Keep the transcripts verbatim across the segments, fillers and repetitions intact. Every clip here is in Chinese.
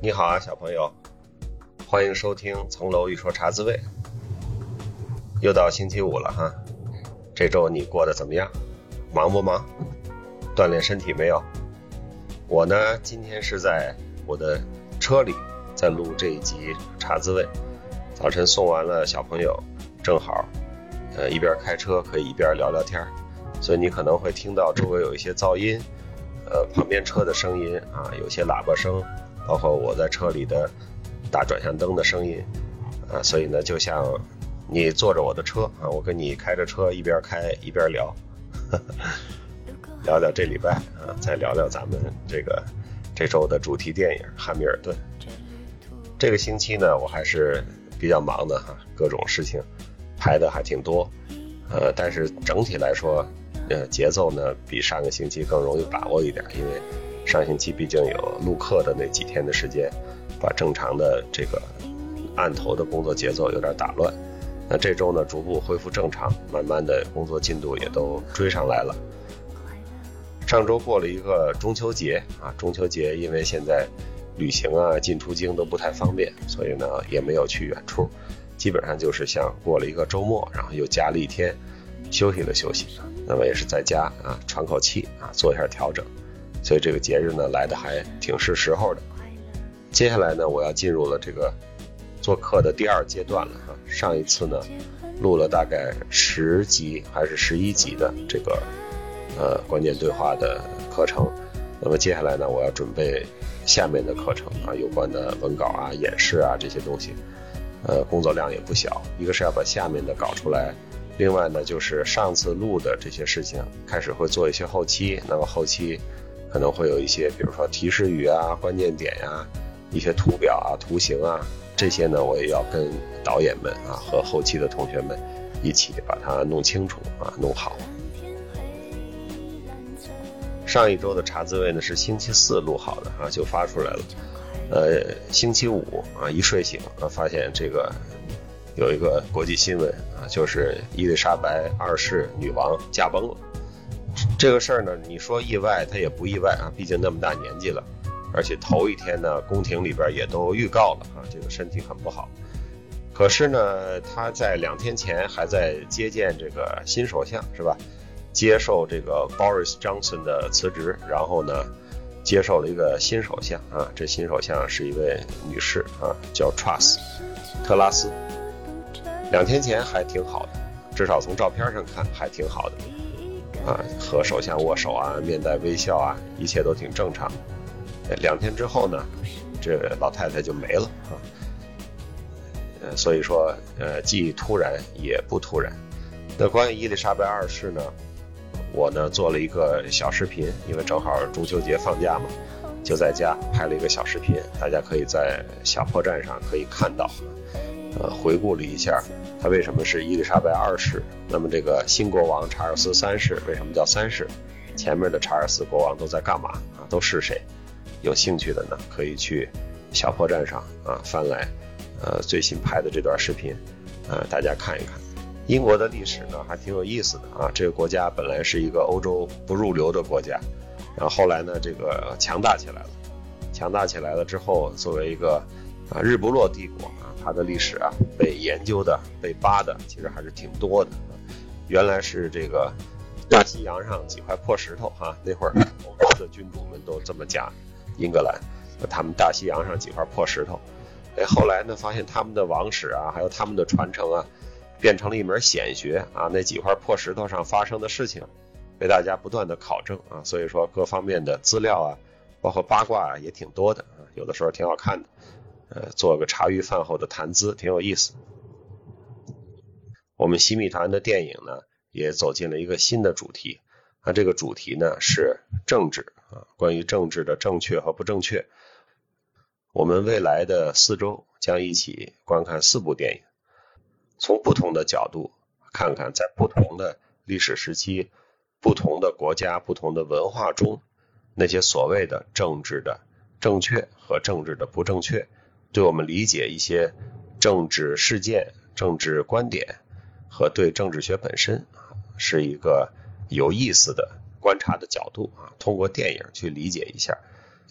你好啊，小朋友，欢迎收听层楼一说茶滋味。又到星期五了哈，这周你过得怎么样？忙不忙？锻炼身体没有？我呢，今天是在我的车里在录这一集茶滋味。早晨送完了小朋友，正好呃一边开车可以一边聊聊天，所以你可能会听到周围有一些噪音，呃旁边车的声音啊，有些喇叭声，包括我在车里的大转向灯的声音啊，所以呢就像你坐着我的车啊，我跟你开着车一边开一边聊呵呵聊聊这礼拜啊，再聊聊咱们这个这周的主题电影《汉密尔顿》。这个星期呢我还是比较忙的哈，各种事情排的还挺多，呃，但是整体来说，呃，节奏呢比上个星期更容易把握一点，因为上星期毕竟有录课的那几天的时间，把正常的这个案头的工作节奏有点打乱。那这周呢逐步恢复正常，慢慢的工作进度也都追上来了。上周过了一个中秋节啊，中秋节因为现在旅行啊进出京都不太方便，所以呢也没有去远处，基本上就是像过了一个周末，然后又加了一天休息了休息，那么也是在家啊喘口气啊做一下调整，所以这个节日呢来的还挺是时候的。接下来呢我要进入了这个做课的第二阶段了哈，上一次呢录了大概十集还是十一集的这个呃关键对话的课程，那么接下来呢我要准备下面的课程啊，有关的文稿啊演示啊这些东西，呃工作量也不小，一个是要把下面的搞出来，另外呢就是上次录的这些事情开始会做一些后期，那么后期可能会有一些比如说提示语啊关键点啊一些图表啊图形啊，这些呢我也要跟导演们啊和后期的同学们一起把它弄清楚啊弄好。上一周的茶滋味呢是星期四录好的啊，就发出来了。呃，星期五啊一睡醒啊，发现这个有一个国际新闻啊，就是伊丽莎白二世女王驾崩了。这个事儿呢，你说意外，它也不意外啊，毕竟那么大年纪了，而且头一天呢，宫廷里边也都预告了啊，这个身体很不好。可是呢，他在两天前还在接见这个新首相，是吧？接受这个 Boris Johnson 的辞职，然后呢接受了一个新首相啊，这新首相是一位女士啊，叫 Truss 特拉斯。两天前还挺好的，至少从照片上看还挺好的啊，和首相握手啊，面带微笑啊，一切都挺正常。两天之后呢，这个老太太就没了啊，呃，所以说呃既突然也不突然。那关于伊丽莎白二世呢，我呢做了一个小视频，因为正好中秋节放假嘛，就在家拍了一个小视频，大家可以在小破站上可以看到，呃，回顾了一下他为什么是伊丽莎白二世，那么这个新国王查尔斯三世为什么叫三世，前面的查尔斯国王都在干嘛啊，都是谁？有兴趣的呢可以去小破站上啊翻来呃最新拍的这段视频，呃大家看一看。英国的历史呢还挺有意思的啊，这个国家本来是一个欧洲不入流的国家，然后后来呢这个强大起来了，强大起来了之后，作为一个啊日不落帝国啊，它的历史啊被研究的被扒的其实还是挺多的。原来是这个大西洋上几块破石头哈，那会儿欧洲的君主们都这么讲，英格兰他们大西洋上几块破石头，哎后来呢发现他们的王室啊还有他们的传承啊变成了一门显学啊，那几块破石头上发生的事情被大家不断的考证啊，所以说各方面的资料啊包括八卦啊也挺多的啊，有的时候挺好看的，呃做个茶余饭后的谈资挺有意思。我们西密团的电影呢也走进了一个新的主题啊，这个主题呢是政治啊，关于政治的正确和不正确。我们未来的四周将一起观看四部电影，从不同的角度看看在不同的历史时期不同的国家不同的文化中那些所谓的政治的正确和政治的不正确，对我们理解一些政治事件政治观点和对政治学本身是一个有意思的观察的角度啊，通过电影去理解一下。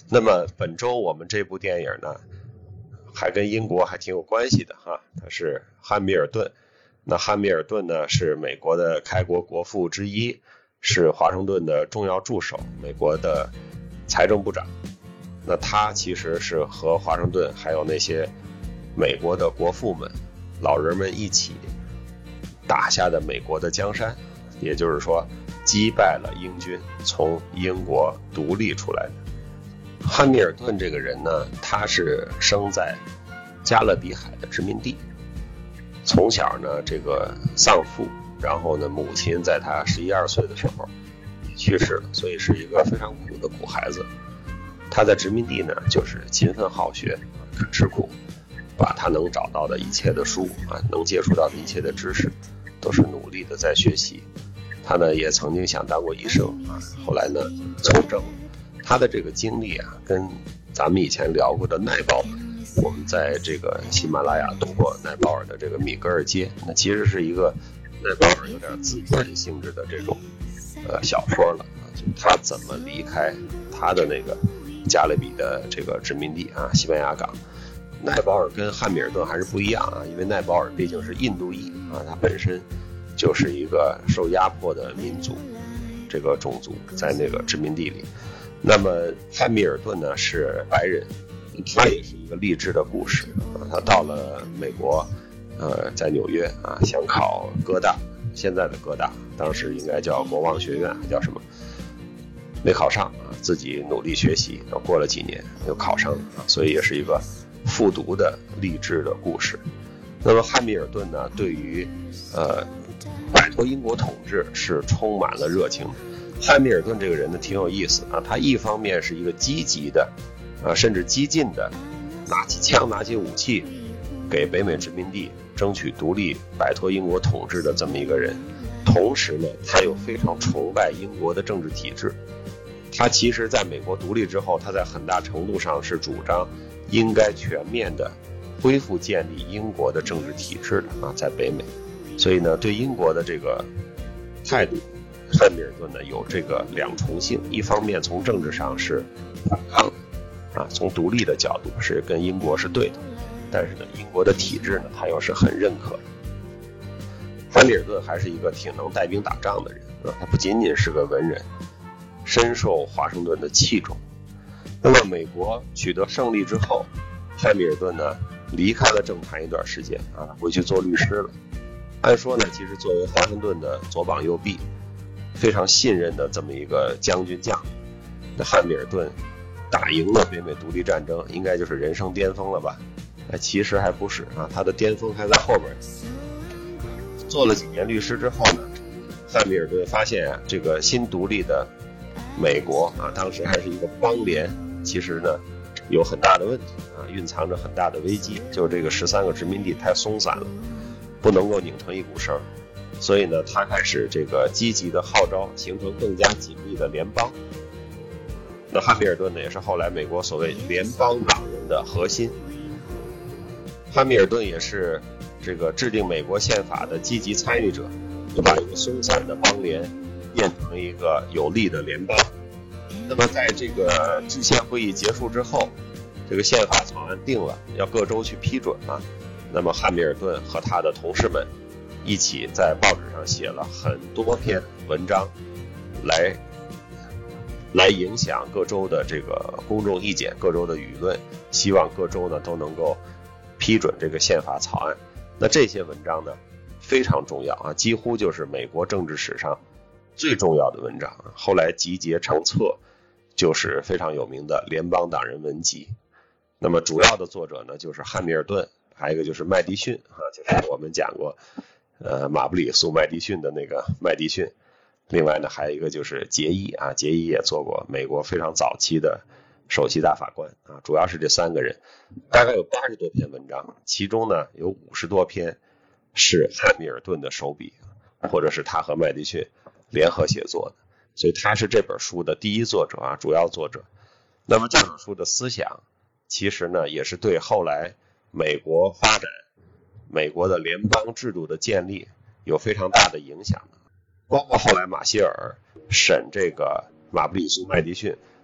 那么本周我们这部电影呢，还跟英国还挺有关系的哈，它是汉密尔顿。那汉密尔顿呢是美国的开国国父之一，是华盛顿的重要助手，美国的财政部长。那他其实是和华盛顿还有那些美国的国父们、老人们一起打下的美国的江山，也就是说击败了英军，从英国独立出来的。汉密尔顿这个人呢，他是生在加勒比海的殖民地，从小呢这个丧父，然后呢母亲在他十一二岁的时候去世了，所以是一个非常苦的苦孩子。他在殖民地呢就是勤奋好学，肯吃苦，把他能找到的一切的书啊，能接触到的一切的知识都是努力的在学习。他呢也曾经想当过医生啊，后来呢从政。他的这个经历啊，跟咱们以前聊过的奈保尔，我们在这个喜马拉雅读过奈保尔的这个米格尔街，那其实是一个奈保尔有点自传性质的这种呃小说了。就他怎么离开他的那个加勒比的这个殖民地啊，西班牙港。奈保尔跟汉密尔顿还是不一样啊，因为奈保尔毕竟是印度裔啊，他本身就是一个受压迫的民族，这个种族在那个殖民地里。那么汉密尔顿呢是白人，他也是一个励志的故事啊。他到了美国，呃，在纽约啊，想考哥大，现在的哥大，当时应该叫国王学院，还叫什么？没考上啊，自己努力学习，然后过了几年又考上了啊，所以也是一个复读的励志的故事。那么汉密尔顿呢，对于呃摆脱英国统治是充满了热情的。汉密尔顿这个人呢挺有意思啊，他一方面是一个积极的，啊甚至激进的，拿起枪拿起武器，给北美殖民地争取独立、摆脱英国统治的这么一个人。同时呢，他又非常崇拜英国的政治体制。他其实在美国独立之后，他在很大程度上是主张应该全面的恢复建立英国的政治体制的啊，在北美。所以呢，对英国的这个态度，汉密尔顿呢有这个两重性，一方面从政治上是反抗啊，从独立的角度是跟英国是对的，但是呢，英国的体制呢他又是很认可的。汉密尔顿还是一个挺能带兵打仗的人啊，他不仅仅是个文人，深受华盛顿的器重。那么美国取得胜利之后，汉密尔顿呢离开了政坛一段时间啊，回去做律师了。按说呢，其实作为华盛顿的左膀右臂，非常信任的这么一个将军将，那汉密尔顿打赢了北美独立战争，应该就是人生巅峰了吧？哎，其实还不是啊，他的巅峰还在后边。做了几年律师之后呢，汉密尔顿发现啊，这个新独立的美国啊，当时还是一个邦联，其实呢有很大的问题啊，蕴藏着很大的危机，就是这个十三个殖民地太松散了，不能够拧成一股绳。所以呢，他开始这个积极的号召，形成更加紧密的联邦。那汉密尔顿呢，也是后来美国所谓联邦党人的核心。汉密尔顿也是这个制定美国宪法的积极参与者，就把一个松散的邦联变成一个有力的联邦。那么在这个制宪会议结束之后，这个宪法草案定了，要各州去批准了。那么汉密尔顿和他的同事们一起在报纸上写了很多篇文章，来来影响各州的这个公众意见，各州的舆论，希望各州呢都能够批准这个宪法草案。那这些文章呢非常重要啊，几乎就是美国政治史上最重要的文章，后来集结成册，就是非常有名的联邦党人文集。那么主要的作者呢就是汉密尔顿，还有一个就是麦迪逊啊，就是我们讲过呃马布里诉麦迪逊的那个麦迪逊。另外呢还有一个就是杰伊啊，杰伊也做过美国非常早期的首席大法官啊，主要是这三个人，大概有八十多篇文章，其中呢有五十多篇是汉密尔顿的手笔，或者是他和麦迪逊联合写作的，所以他是这本书的第一作者啊，主要作者。那么这本书的思想其实呢也是对后来美国发展，美国的联邦制度的建立有非常大的影响的。包括后来马歇尔审这个马布里诉麦迪逊，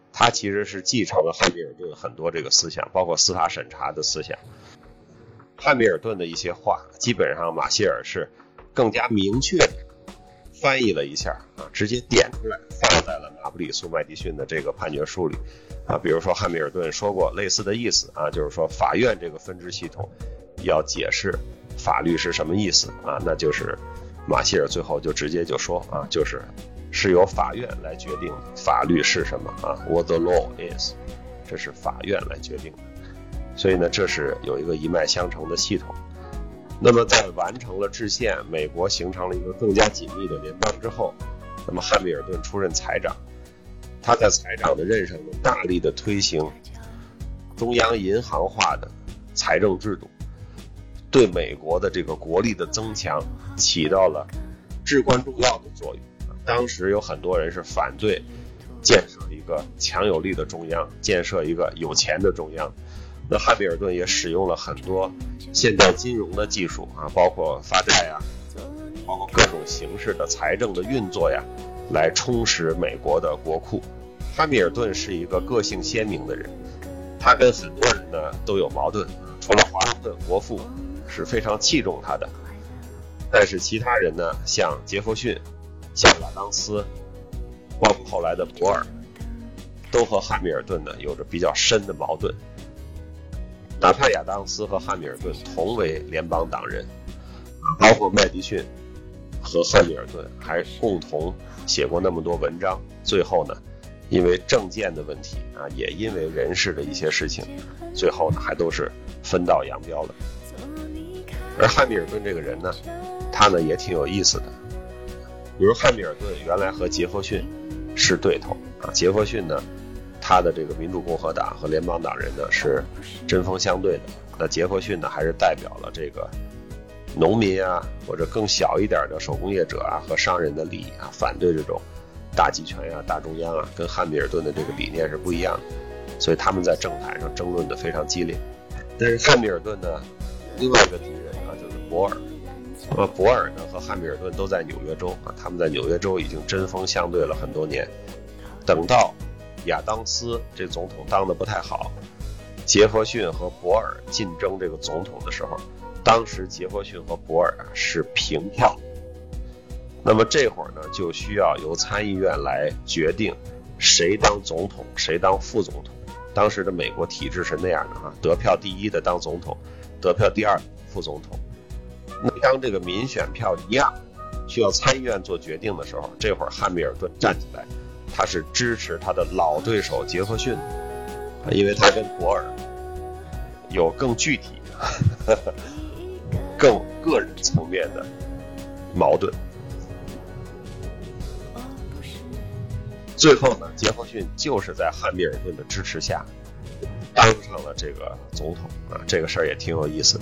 他其实是继承了汉密尔顿很多这个思想，包括司法审查的思想。汉密尔顿的一些话，基本上马歇尔是更加明确的翻译了一下啊，直接点出来放在了那不里苏麦迪逊的这个判决书里啊。比如说汉密尔顿说过类似的意思啊，就是说法院这个分支系统要解释法律是什么意思啊，那就是马歇尔最后就直接就说啊，就是是由法院来决定法律是什么啊 ，what the law is， 这是法院来决定的。所以呢，这是有一个一脉相承的系统。那么在完成了制宪，美国形成了一个更加紧密的联邦之后，那么汉密尔顿出任财长，他在财长的任上呢，大力的推行中央银行化的财政制度，对美国的这个国力的增强起到了至关重要的作用。当时有很多人是反对建设一个强有力的中央，建设一个有钱的中央。那汉密尔顿也使用了很多现代金融的技术啊，包括发债呀，包括各种形式的财政的运作呀，来充实美国的国库。汉密尔顿是一个个性鲜明的人，他跟很多人呢都有矛盾，除了华盛顿国父是非常器重他的，但是其他人呢，像杰弗逊、像亚当斯，包括后来的博尔，都和汉密尔顿呢有着比较深的矛盾。哪怕亚当斯和汉密尔顿同为联邦党人，包括麦迪逊和汉密尔顿还共同写过那么多文章，最后呢，因为政见的问题啊，也因为人事的一些事情，最后呢还都是分道扬镳了。而汉密尔顿这个人呢，他呢也挺有意思的。比如汉密尔顿原来和杰弗逊是对头啊，杰弗逊呢，他的这个民主共和党和联邦党人呢是针锋相对的。那杰弗逊呢，还是代表了这个农民啊，或者更小一点的手工业者啊和商人的利益啊，反对这种大集权啊、大中央啊，跟汉密尔顿的这个理念是不一样的，所以他们在政坛上争论的非常激烈。但是汉密尔顿呢，另外一个敌人啊就是博尔。那么博尔呢和汉密尔顿都在纽约州啊，他们在纽约州已经针锋相对了很多年。等到亚当斯这总统当得不太好，杰弗逊和博尔竞争这个总统的时候，当时杰弗逊和博尔啊是平票。那么这会儿呢，就需要由参议院来决定谁当总统，谁当副总统。当时的美国体制是那样的啊，得票第一的当总统，得票第二副总统。那当这个民选票一样，需要参议院做决定的时候，这会儿汉密尔顿站起来，他是支持他的老对手杰弗逊的，因为他跟博尔有更具体、呵呵更个人层面的矛盾。最后呢，杰弗逊就是在汉密尔顿的支持下当上了这个总统啊，这个事儿也挺有意思的。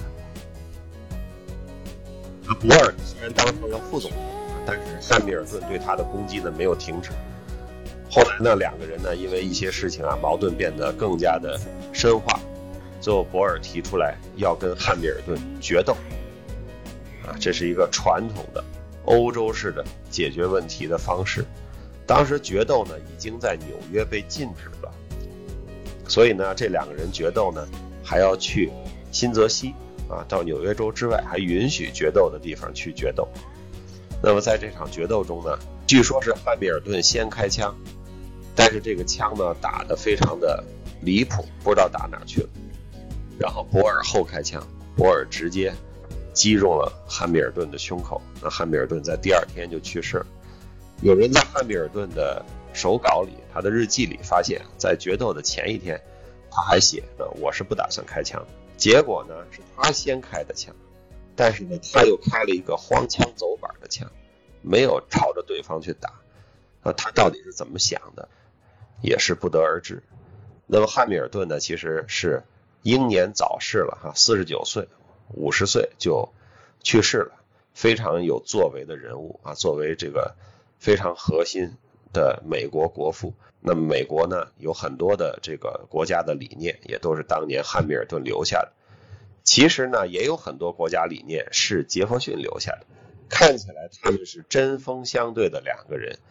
博尔虽然当成了副总统，但是汉密尔顿对他的攻击呢没有停止。后来呢，两个人呢因为一些事情啊，矛盾变得更加的深化。最后博尔提出来要跟汉密尔顿决斗，啊，这是一个传统的欧洲式的解决问题的方式。当时决斗呢已经在纽约被禁止了，所以呢这两个人决斗呢还要去新泽西啊，到纽约州之外还允许决斗的地方去决斗。那么在这场决斗中呢，据说是汉密尔顿先开枪，但是这个枪呢打得非常的离谱，不知道打哪去了。然后博尔后开枪，博尔直接击中了汉密尔顿的胸口，那汉密尔顿在第二天就去世了。有人在汉密尔顿的手稿里，他的日记里发现，在决斗的前一天，他还写呢，我是不打算开枪。结果呢，是他先开的枪，但是呢，他又开了一个荒腔走板的枪，没有朝着对方去打。那他到底是怎么想的，也是不得而知。那么汉密尔顿呢，其实是英年早逝了哈，四十九岁，五十岁就去世了，非常有作为的人物啊，作为这个非常核心的美国国父。那么美国呢，有很多的这个国家的理念也都是当年汉密尔顿留下的。其实呢，也有很多国家理念是杰弗逊留下的。看起来他们是针锋相对的两个人，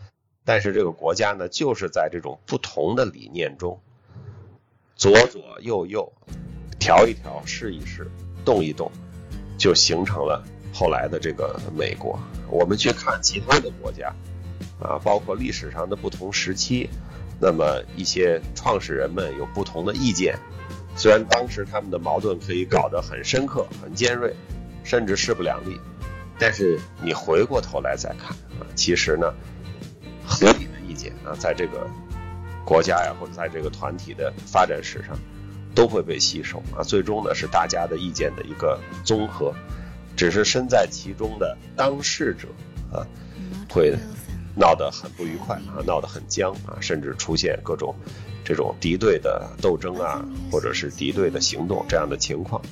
但是这个国家呢，就是在这种不同的理念中，左左右右，调一调，试一试，动一动，就形成了后来的这个美国。我们去看其他的国家啊，包括历史上的不同时期，那么一些创始人们有不同的意见，虽然当时他们的矛盾可以搞得很深刻、很尖锐，甚至势不两立，但是你回过头来再看啊，其实呢，合理的意见啊，在这个国家呀，或者在这个团体的发展史上，都会被吸收啊。最终呢，是大家的意见的一个综合，只是身在其中的当事者啊，会闹得很不愉快啊，闹得很僵啊，甚至出现各种这种敌对的斗争啊，或者是敌对的行动这样的情况。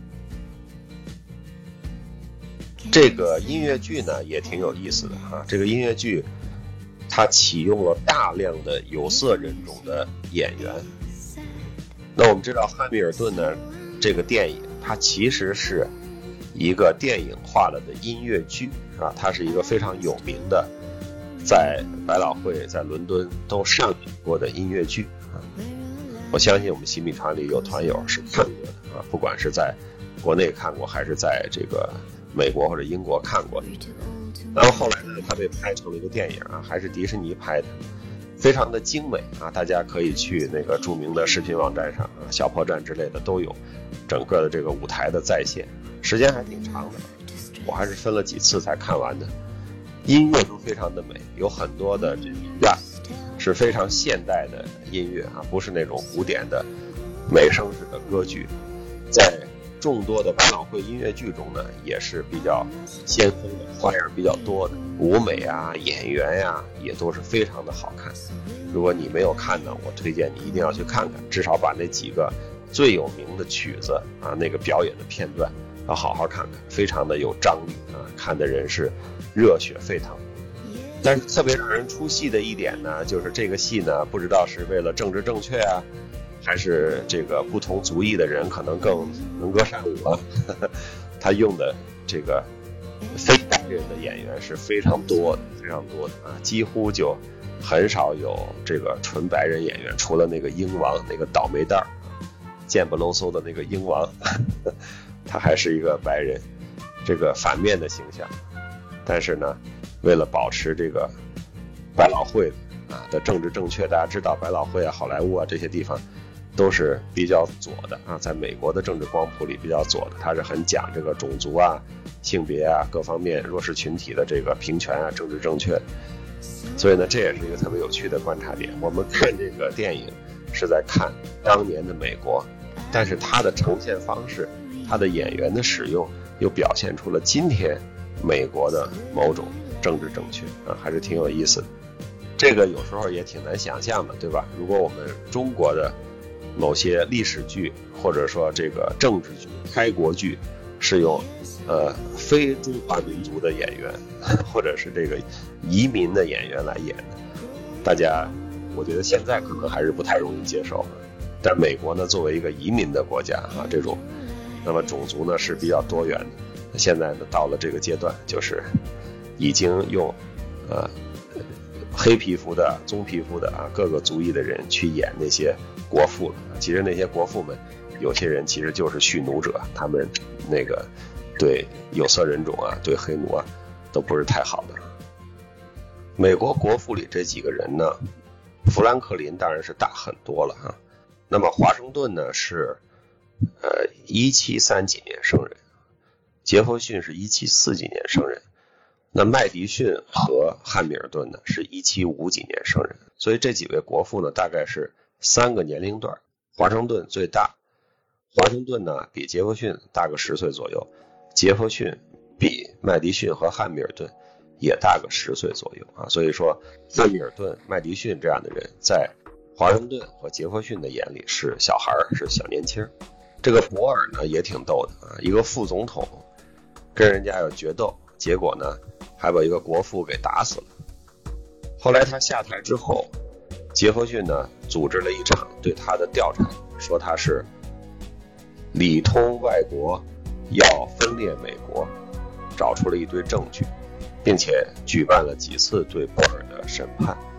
这个音乐剧呢也挺有意思的啊，这个音乐剧它启用了大量的有色人种的演员。那我们知道汉密尔顿呢，这个电影它其实是一个电影化了的音乐剧啊，它是一个非常有名的，在百老汇、在伦敦都上映过的音乐剧啊。我相信我们新米团里有团友是看过的啊，不管是在国内看过，还是在这个美国或者英国看过的。然后后来呢，它被拍成了一个电影啊，还是迪士尼拍的，非常的精美啊，大家可以去那个著名的视频网站上啊，小破站之类的都有整个的这个舞台的再现，时间还挺长的，我还是分了几次才看完的。音乐都非常的美，有很多的这个是非常现代的音乐啊，不是那种古典的美声式的歌剧。在众多的百老汇音乐剧中呢，也是比较先锋的，花样比较多的，舞美啊、演员呀、啊，也都是非常的好看。如果你没有看呢，我推荐你一定要去看看，至少把那几个最有名的曲子啊，那个表演的片段要好好看看，非常的有张力啊，看的人是热血沸腾。但是特别让人出戏的一点呢，就是这个戏呢，不知道是为了政治正确啊，还是这个不同族裔的人可能更能歌善舞啊，他用的这个非白人的演员是非常多的，非常多的啊，几乎就很少有这个纯白人演员，除了那个鹰王那个倒霉蛋儿，贱不搂嗖的那个鹰王，他还是一个白人，这个反面的形象。但是呢，为了保持这个百老汇啊的政治正确，大家知道百老汇啊、好莱坞啊这些地方都是比较左的啊，在美国的政治光谱里比较左的，它是很讲这个种族啊、性别啊各方面弱势群体的这个平权啊、政治正确。所以呢，这也是一个特别有趣的观察点。我们看这个电影是在看当年的美国，但是它的呈现方式、它的演员的使用，又表现出了今天美国的某种政治正确啊，还是挺有意思的。这个有时候也挺难想象的，对吧？如果我们中国的某些历史剧，或者说这个政治剧、开国剧，是用呃非中华民族的演员，或者是这个移民的演员来演的，大家我觉得现在可能还是不太容易接受。但美国呢，作为一个移民的国家啊，这种那么种族呢是比较多元的。现在呢，到了这个阶段，就是已经用呃黑皮肤的、棕皮肤的啊各个族裔的人去演那些国父了。其实那些国父们，有些人其实就是蓄奴者，他们那个对有色人种啊、对黑奴啊都不是太好的。美国国父里这几个人呢，富兰克林当然是大很多了哈。那么华盛顿呢是呃一七三几年生人。杰弗逊是一七四几年生人，那麦迪逊和汉密尔顿呢是一七五几年生人，所以这几位国父呢大概是三个年龄段，华盛顿最大，华盛顿呢比杰弗逊大个十岁左右，杰弗逊比麦迪逊和汉密尔顿也大个十岁左右啊，所以说汉密尔顿、麦迪逊这样的人在华盛顿和杰弗逊的眼里是小孩，是小年轻。这个博尔呢也挺逗的啊，一个副总统跟人家有决斗，结果呢还把一个国父给打死了。后来他下台之后，杰弗逊呢组织了一场对他的调查，说他是里通外国，要分裂美国，找出了一堆证据，并且举办了几次对博尔的审判。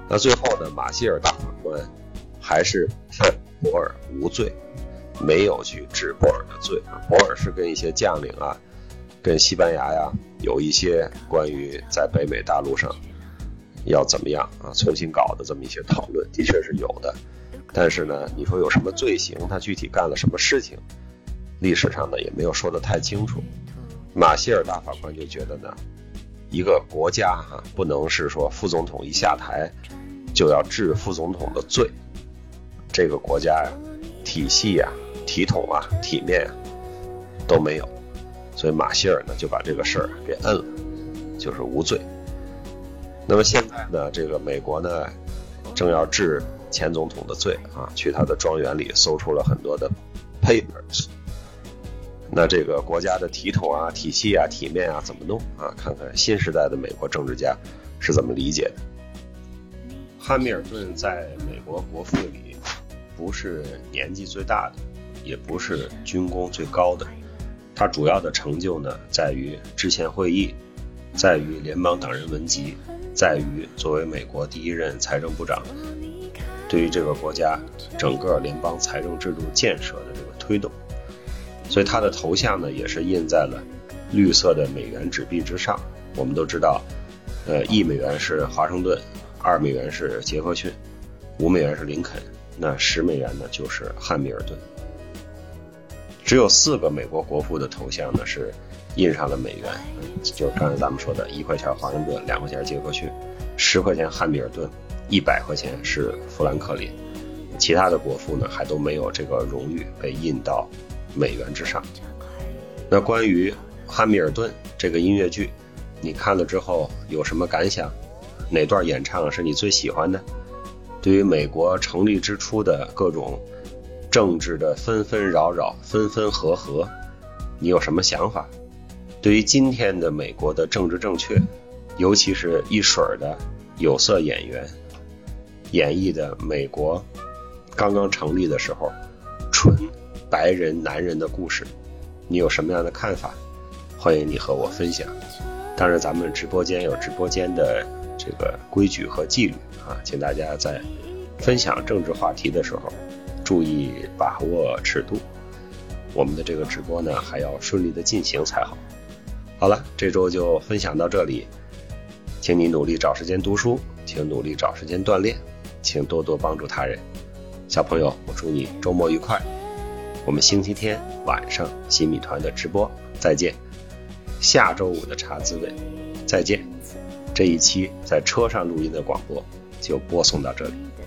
那最后呢，马歇尔大法官还是判博尔无罪，没有去治博尔的罪。博尔是跟一些将领啊，跟西班牙呀有一些关于在北美大陆上要怎么样啊重新搞的这么一些讨论，的确是有的。但是呢，你说有什么罪行，他具体干了什么事情，历史上呢也没有说得太清楚。马歇尔大法官就觉得呢，一个国家哈、啊、不能是说副总统一下台就要治副总统的罪，这个国家呀、体系啊、体统啊、体面啊都没有，所以马歇尔呢就把这个事儿给摁了，就是无罪。那么现在呢，这个美国呢正要治前总统的罪啊，去他的庄园里搜出了很多的 papers。那这个国家的体统啊、体系啊、体面啊怎么弄啊？看看新时代的美国政治家是怎么理解的。汉密尔顿在美国国父里不是年纪最大的，也不是军功最高的，他主要的成就呢在于制宪会议，在于联邦党人文集，在于作为美国第一任财政部长，对于这个国家整个联邦财政制度建设的这个推动。所以他的头像呢也是印在了绿色的美元纸币之上。我们都知道呃，一美元是华盛顿，二美元是杰克逊，五美元是林肯，那十美元呢就是汉密尔顿。只有四个美国国父的头像呢是印上了美元，就是刚才咱们说的一块钱华盛顿，两块钱杰克逊，十块钱汉密尔顿，一百块钱是富兰克林。其他的国父呢还都没有这个荣誉被印到美元之上。那关于汉密尔顿这个音乐剧，你看了之后有什么感想？哪段演唱是你最喜欢的？对于美国成立之初的各种政治的纷纷扰扰、分分合合，你有什么想法？对于今天的美国的政治正确，尤其是一水儿的有色演员演绎的美国刚刚成立的时候纯白人男人的故事，你有什么样的看法？欢迎你和我分享。当然咱们直播间有直播间的这个规矩和纪律啊，请大家在分享政治话题的时候注意把握尺度，我们的这个直播呢还要顺利的进行才好。好了，这周就分享到这里，请你努力找时间读书，请努力找时间锻炼，请多多帮助他人。小朋友，我祝你周末愉快，我们星期天晚上新米团的直播再见，下周五的茶滋味再见。这一期在车上录音的广播就播送到这里。